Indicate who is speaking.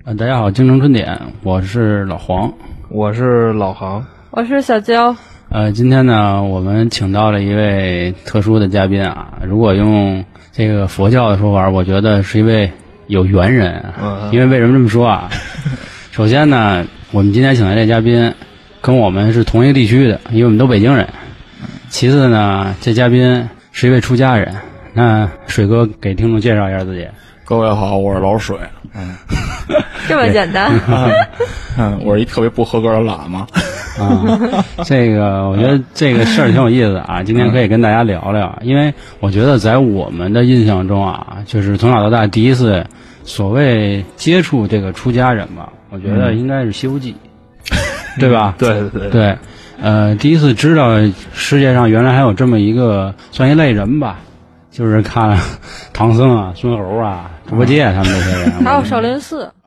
Speaker 1: 大家好，京城春点，我是老黄，
Speaker 2: 我是老航，
Speaker 3: 我是小娇。
Speaker 1: 今天呢，我们请到了一位特殊的嘉宾啊。如果用这个佛教的说法，我觉得是一位有缘人。因为为什么这么说啊？首先呢，我们今天请来这嘉宾跟我们是同一个地区的，因为我们都北京人。其次呢，这嘉宾是一位出家人。那水哥给听众介绍一下自己。
Speaker 4: 各位好，我是老水。
Speaker 3: 这么简单。
Speaker 4: 我是一特别不合格的喇嘛。
Speaker 1: 这个我觉得这个事儿挺有意思的啊，今天可以跟大家聊聊。因为我觉得在我们的印象中啊，就是从小到大第一次所谓接触这个出家人吧，我觉得应该是《西游记》对吧？对，第一次知道世界上原来还有这么一个算一类人吧，就是看唐僧啊、孙猴啊、猪八戒他们这些人。
Speaker 3: 还有少林寺。